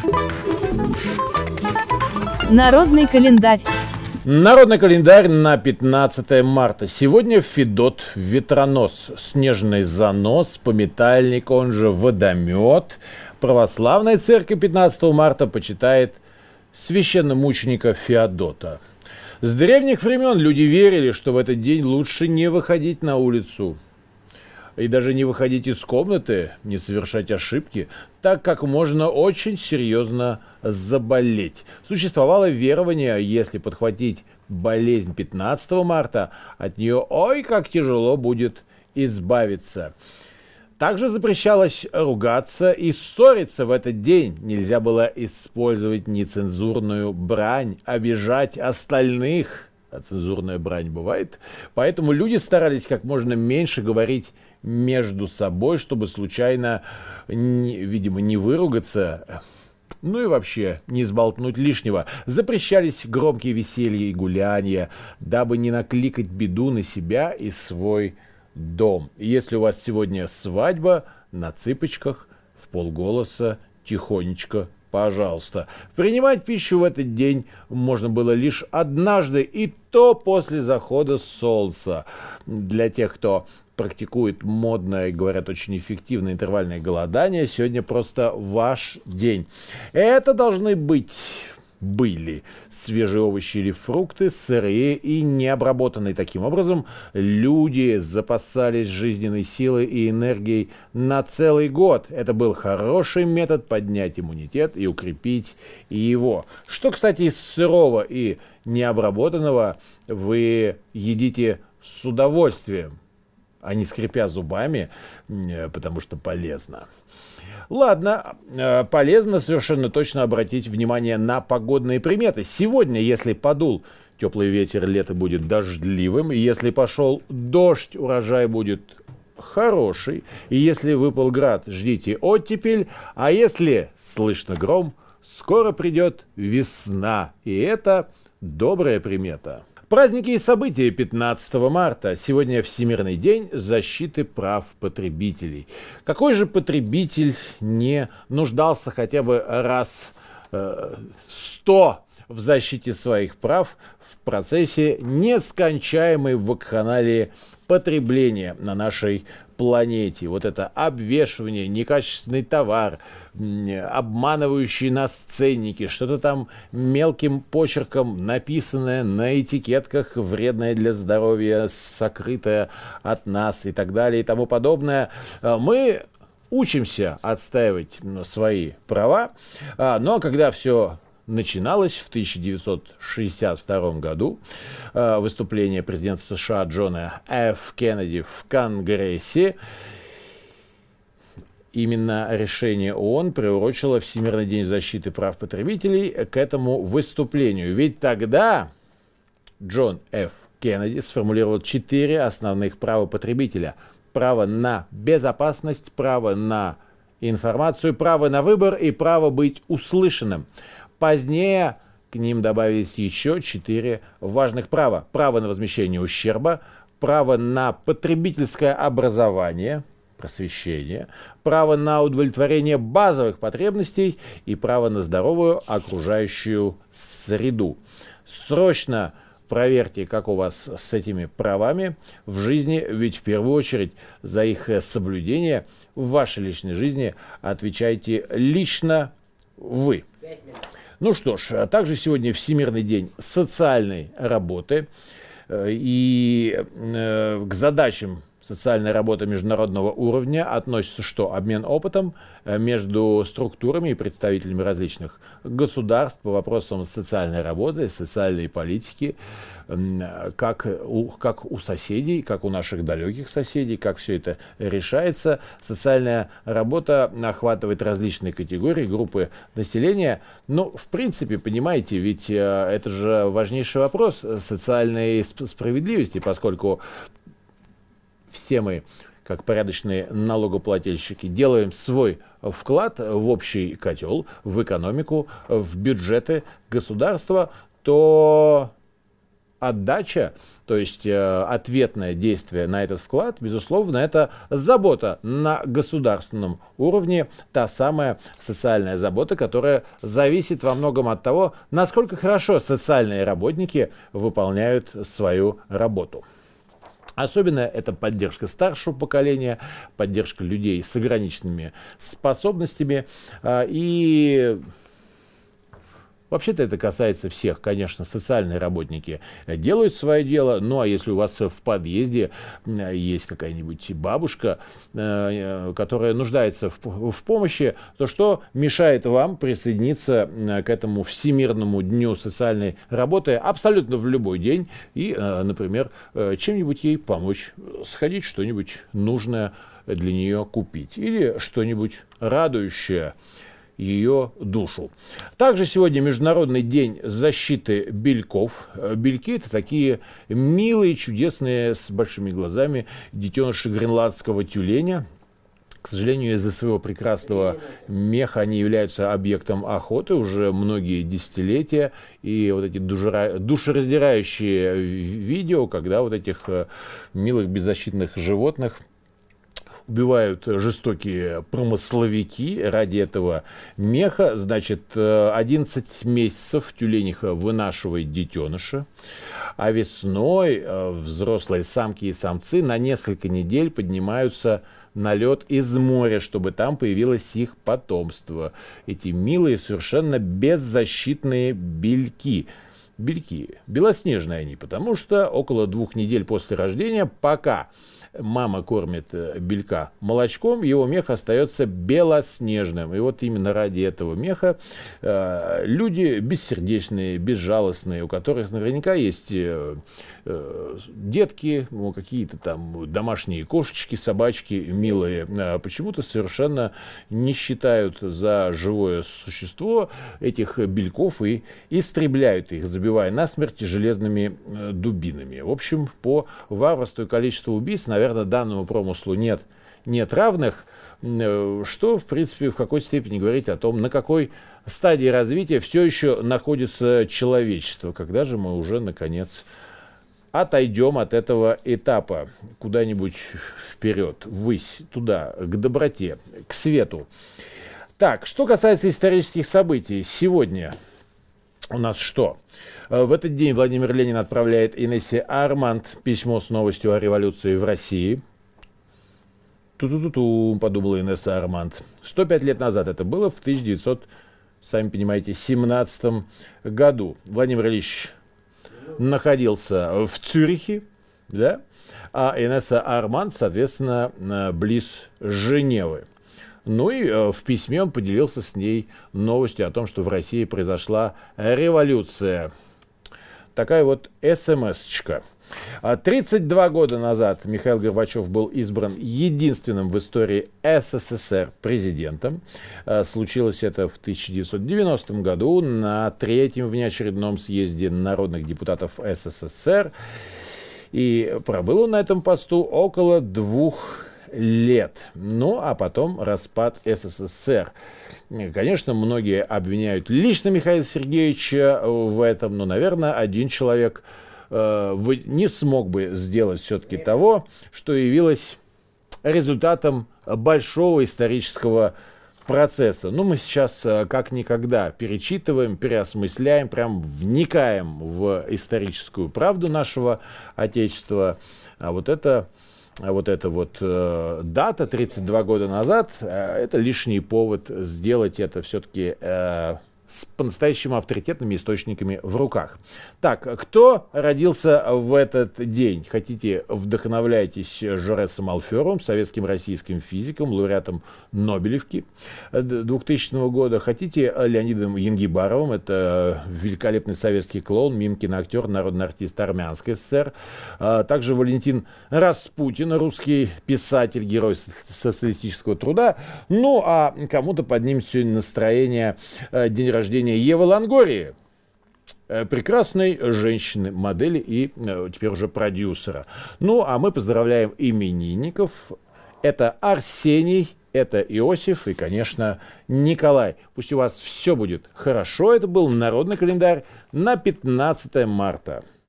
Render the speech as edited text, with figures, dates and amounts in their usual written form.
Народный календарь. Народный календарь на 15 марта. Сегодня Федот Ветронос, снежный занос, пометальник, он же водомет. Православная церковь 15 марта почитает священномученика Феодота. С древних времен люди верили, что в этот день лучше не выходить на улицу. И даже не выходить из комнаты, не совершать ошибки, так как можно очень серьезно заболеть. Существовало верование, если подхватить болезнь 15 марта, от нее ой, как тяжело будет избавиться. Также запрещалось ругаться и ссориться в этот день. Нельзя было использовать нецензурную брань, обижать остальных. А цензурная брань бывает. Поэтому люди старались как можно меньше говорить между собой, чтобы случайно, видимо, не выругаться, ну и вообще не сболтнуть лишнего. Запрещались громкие веселья и гуляния, дабы не накликать беду на себя и свой дом. И если у вас сегодня свадьба, на цыпочках, вполголоса, тихонечко, пожалуйста. Принимать пищу в этот день можно было лишь однажды, и то после захода солнца. Для тех, кто практикует модное, говорят, очень эффективное интервальное голодание, сегодня просто ваш день. Это должны были свежие овощи или фрукты, сырые и необработанные. Таким образом, люди запасались жизненной силой и энергией на целый год. Это был хороший метод поднять иммунитет и укрепить его. Что, кстати, из сырого и необработанного вы едите с удовольствием, а не скрипя зубами, потому что полезно. Ладно, полезно совершенно точно обратить внимание на погодные приметы. Сегодня, если подул теплый ветер, лето будет дождливым. И если пошел дождь, урожай будет хороший. И если выпал град, ждите оттепель. А если слышно гром, скоро придет весна. И это добрая примета. Праздники и события 15 марта. Сегодня Всемирный день защиты прав потребителей. Какой же потребитель не нуждался хотя бы раз 100 в защите своих прав в процессе нескончаемой вакханалии потребления на нашей планете? Вот это обвешивание, некачественный товар, обманывающие нас ценники, что-то там мелким почерком написанное на этикетках, вредное для здоровья, сокрытое от нас и так далее и тому подобное. Мы учимся отстаивать свои права, но когда все начиналось в 1962 году, выступление президента США Джона Ф. Кеннеди в Конгрессе, именно решение ООН приурочило Всемирный день защиты прав потребителей к этому выступлению. Ведь тогда Джон Ф. Кеннеди сформулировал 4 основных права потребителя. Право на безопасность, право на информацию, право на выбор и право быть услышанным. Позднее к ним добавились еще 4 важных права. Право на возмещение ущерба, право на потребительское образование, просвещение, право на удовлетворение базовых потребностей и право на здоровую окружающую среду. Срочно проверьте, как у вас с этими правами в жизни, ведь в первую очередь за их соблюдение в вашей личной жизни отвечаете лично вы. Ну что ж, а также сегодня Всемирный день социальной работы. И к задачам социальной работы международного уровня относится что? Обмен опытом между структурами и представителями различных государств по вопросам социальной работы, социальной политики, как у соседей, как у наших далеких соседей, как все это решается. Социальная работа охватывает различные категории, группы населения. Ну, в принципе, понимаете, ведь это же важнейший вопрос социальной справедливости, поскольку все мы, как порядочные налогоплательщики, делаем свой вклад в общий котел, в экономику, в бюджеты государства, то отдача, то есть ответное действие на этот вклад, безусловно, это забота на государственном уровне, та самая социальная забота, которая зависит во многом от того, насколько хорошо социальные работники выполняют свою работу. Особенно это поддержка старшего поколения, поддержка людей с ограниченными способностями. И вообще-то это касается всех, конечно, социальные работники делают свое дело, ну а если у вас в подъезде есть какая-нибудь бабушка, которая нуждается в помощи, то что мешает вам присоединиться к этому Всемирному дню социальной работы абсолютно в любой день и, например, чем-нибудь ей помочь, сходить что-нибудь нужное для нее купить или что-нибудь радующее ее душу. Также сегодня Международный день защиты бельков. Бельки — это такие милые, чудесные, с большими глазами детеныши гренландского тюленя. К сожалению, из-за своего прекрасного меха они являются объектом охоты уже многие десятилетия. И вот эти душераздирающие видео, когда вот этих милых беззащитных животных убивают жестокие промысловики ради этого меха. Значит, 11 месяцев тюлениха вынашивает детеныша, а весной взрослые самки и самцы на несколько недель поднимаются на лед из моря, чтобы там появилось их потомство. Эти милые, совершенно беззащитные бельки. Бельки. Белоснежные они, потому что около 2 недель после рождения, пока мама кормит белька молочком, его мех остается белоснежным. И вот именно ради этого меха люди бессердечные, безжалостные, у которых наверняка есть детки, какие-то там домашние кошечки, собачки милые, почему-то совершенно не считают за живое существо этих бельков и истребляют их, забивая насмерть железными дубинами. В общем, по варварству и количеству убийств, наверное, данному промыслу нет равных, что, в принципе, в какой-то степени говорит о том, на какой стадии развития все еще находится человечество, когда же мы уже, наконец, отойдем от этого этапа куда-нибудь вперед, ввысь, туда, к доброте, к свету. Так, что касается исторических событий, сегодня у нас что? В этот день Владимир Ленин отправляет Инессе Арманд письмо с новостью о революции в России. Ту-ту-ту-ту, подумала Инесса Арманд. 105 лет назад это было, в 1917 году. Владимир Ильич находился в Цюрихе, да? А Инесса Арманд, соответственно, близ Женевы. Ну и в письме он поделился с ней новостью о том, что в России произошла революция. Такая вот смс-очка. 32 года назад Михаил Горбачев был избран единственным в истории СССР президентом. Случилось это в 1990 году на 3-м внеочередном съезде народных депутатов СССР. И пробыл он на этом посту около 2 лет. Ну, а потом распад СССР. Конечно, многие обвиняют лично Михаила Сергеевича в этом, но, наверное, один человек не смог бы сделать все-таки того, что явилось результатом большого исторического процесса. Ну, мы сейчас как никогда перечитываем, переосмысляем, прям вникаем в историческую правду нашего Отечества. А вот эта дата 32 года назад, это лишний повод сделать это все-таки с по-настоящему авторитетными источниками в руках. Так, кто родился в этот день? Хотите, вдохновляйтесь Жоресом Алферовым, советским российским физиком, лауреатом Нобелевки 2000 года. Хотите, Леонидом Янгибаровым, это великолепный советский клоун, мим, киноактер, народный артист Армянской ССР. Также Валентин Распутин, русский писатель, герой социалистического труда. Ну, а кому-то поднимет сегодня настроение день рождения Евы Лонгории, прекрасной женщины, модели и теперь уже продюсера. Ну, а мы поздравляем именинников. Это Арсений, это Иосиф и, конечно, Николай. Пусть у вас все будет хорошо. Это был Народный календарь на 15 марта.